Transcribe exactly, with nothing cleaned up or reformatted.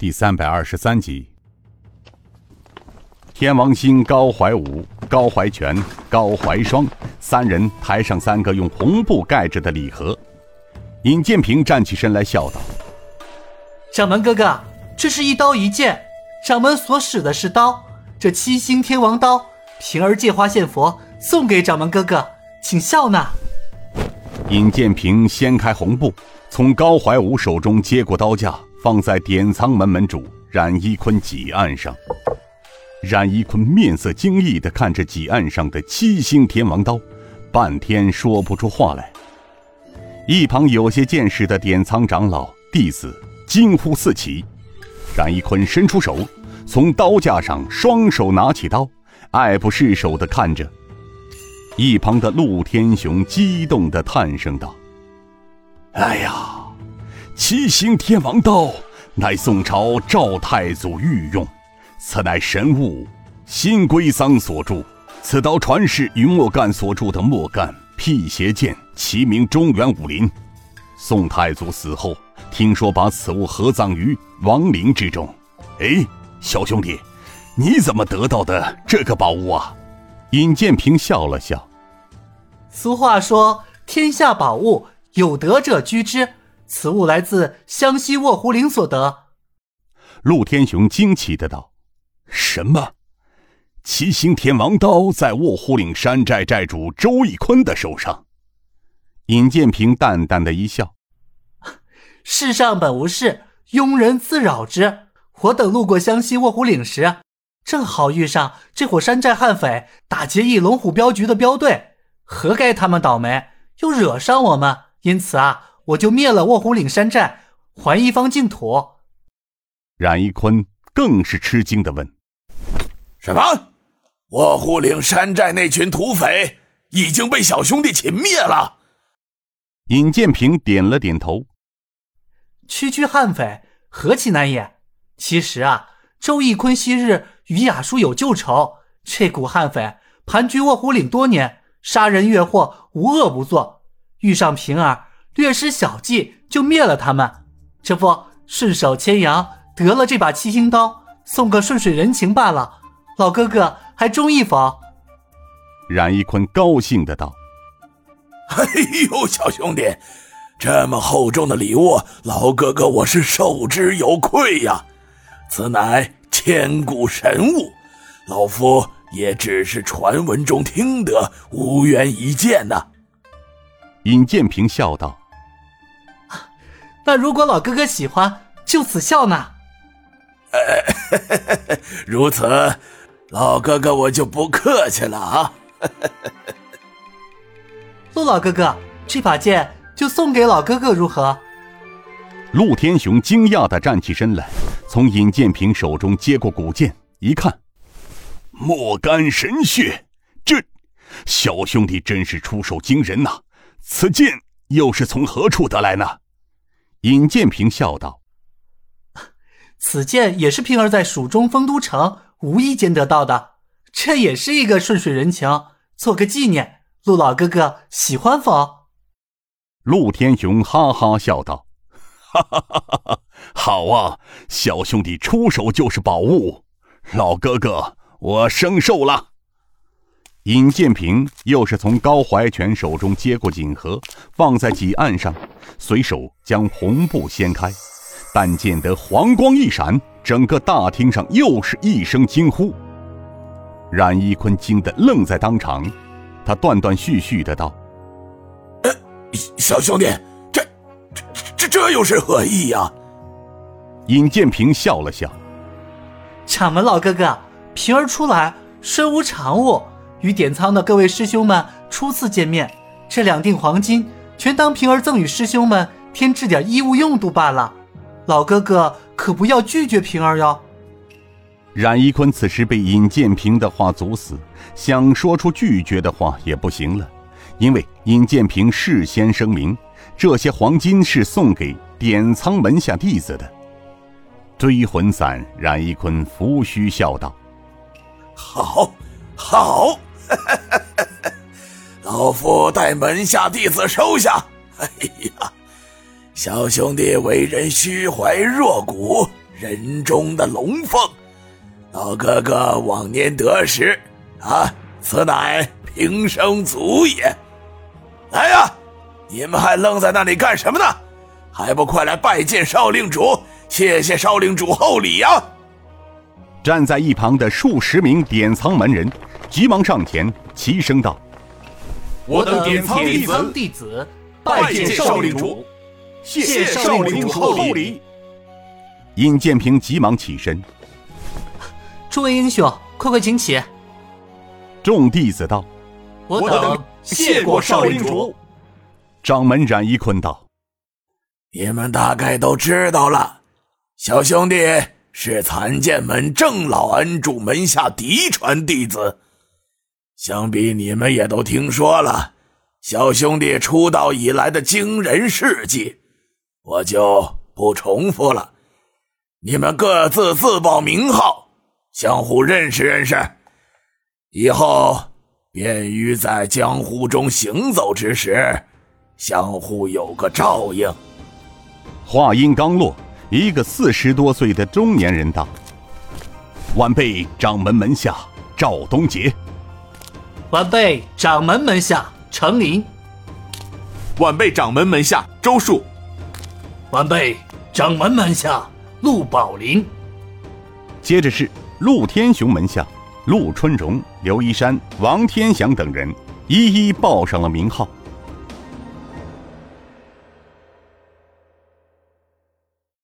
第三百二十三集。天王星、高怀武、高怀全、高怀双三人抬上三个用红布盖着的礼盒。尹建平站起身来笑道： 掌门哥哥，这是一刀一剑，掌门所使的是刀，这七星天王刀，平儿借花献佛，送给掌门哥哥，请笑纳。 尹建平掀开红布，从高怀武手中接过刀架，放在典仓门门主冉一坤几案上。冉一坤面色惊异地看着几案上的七星天王刀，半天说不出话来。一旁有些见识的典仓长老弟子惊呼四起。冉一坤伸出手，从刀架上双手拿起刀，爱不释手地看着。一旁的陆天雄激动地叹声道：哎呀，七星天王刀乃宋朝赵太祖御用，此乃神物，辛归桑所著。此刀传世与莫干所著的莫干辟邪剑齐名中原武林。宋太祖死后，听说把此物合葬于亡灵之中。哎，小兄弟，你怎么得到的这个宝物啊？尹建平笑了笑： 俗话说，天下宝物有得者居之，此物来自湘西卧虎岭所得。 陆天雄惊奇的道：什么？七星天王刀在卧虎岭山寨寨主周义坤的手上？尹建平淡淡的一笑： 世上本无事，庸人自扰之。我等路过湘西卧虎岭时，正好遇上这伙山寨悍匪打劫一龙虎镖局的镖队，何该他们倒霉，又惹上我们，因此啊，我就灭了卧虎岭山寨，还一方净土。 冉一坤更是吃惊地问： 什么？卧虎岭山寨那群土匪已经被小兄弟擒灭了？ 尹建平点了点头： 区区悍匪，何其难也。其实啊，周义坤昔日与雅叔有旧仇，这股悍匪盘踞卧虎岭多年，杀人越货，无恶不作。遇上平儿略施小计，就灭了他们。这不顺手牵羊得了这把七星刀，送个顺水人情罢了。老哥哥还中意否？ 冉一坤高兴的道： 哎呦，小兄弟，这么厚重的礼物，老哥哥我是受之有愧呀。此乃千古神物，老夫也只是传闻中听得，无缘一见呐、啊。 尹建平笑道： 那如果老哥哥喜欢，就此笑纳。 呃，如此，老哥哥我就不客气了啊。 陆老哥哥，这把剑就送给老哥哥如何？ 陆天雄惊讶地站起身来，从尹建平手中接过古剑，一看，莫干神血，这小兄弟真是出手惊人呐、啊！此剑又是从何处得来呢？尹建平笑道： 此剑也是平儿在蜀中丰都城无意间得到的，这也是一个顺水人情，做个纪念。陆老哥哥喜欢否？ 陆天雄哈哈笑道：哈哈哈哈，好啊，小兄弟出手就是宝物，老哥哥我生受了。尹建平又是从高怀全手中接过锦盒，放在几案上，随手将红布掀开，但见得黄光一闪，整个大厅上又是一声惊呼。冉一坤惊得愣在当场，他断断续续的道： 呃，小兄弟，这这这这又是何意呀、啊？ 尹建平笑了笑： 掌门老哥哥，平儿出来身无长物，与典仓的各位师兄们初次见面，这两锭黄金全当平儿赠与师兄们添置点衣物用度罢了，老哥哥可不要拒绝平儿哟。 冉一坤此时被尹建平的话阻死，想说出拒绝的话也不行了，因为尹建平事先声明，这些黄金是送给典仓门下弟子的。追魂散，冉一坤拂须笑道： 好好老夫待门下弟子收下。哎呀，小兄弟为人虚怀若谷， 人中的龙凤。老哥哥往年得时啊，此乃平生足也。来呀，你们还愣在那里干什么呢？还不快来拜见少令主，谢谢少令主厚礼呀！ 站在一旁的数十名典藏门人急忙上前齐声道： 我等典藏弟子弟子拜见少令主，谢少令主厚礼。 尹建平急忙起身： 诸位英雄，快快请起。 众弟子道： 我等谢过少令主。 掌门冉一坤道： 你们大概都知道了，小兄弟是残剑门郑老恩主门下嫡传弟子，想必你们也都听说了小兄弟出道以来的惊人事迹，我就不重复了。你们各自自报名号，相互认识认识，以后便于在江湖中行走之时相互有个照应。 话音刚落，一个四十多岁的中年人道：晚辈掌门门下赵东杰。 晚辈掌门门下程林。 晚辈掌门门下周树。 晚辈掌门门下陆宝林。 接着是陆天雄门下陆春荣、刘一山、王天祥等人一一报上了名号。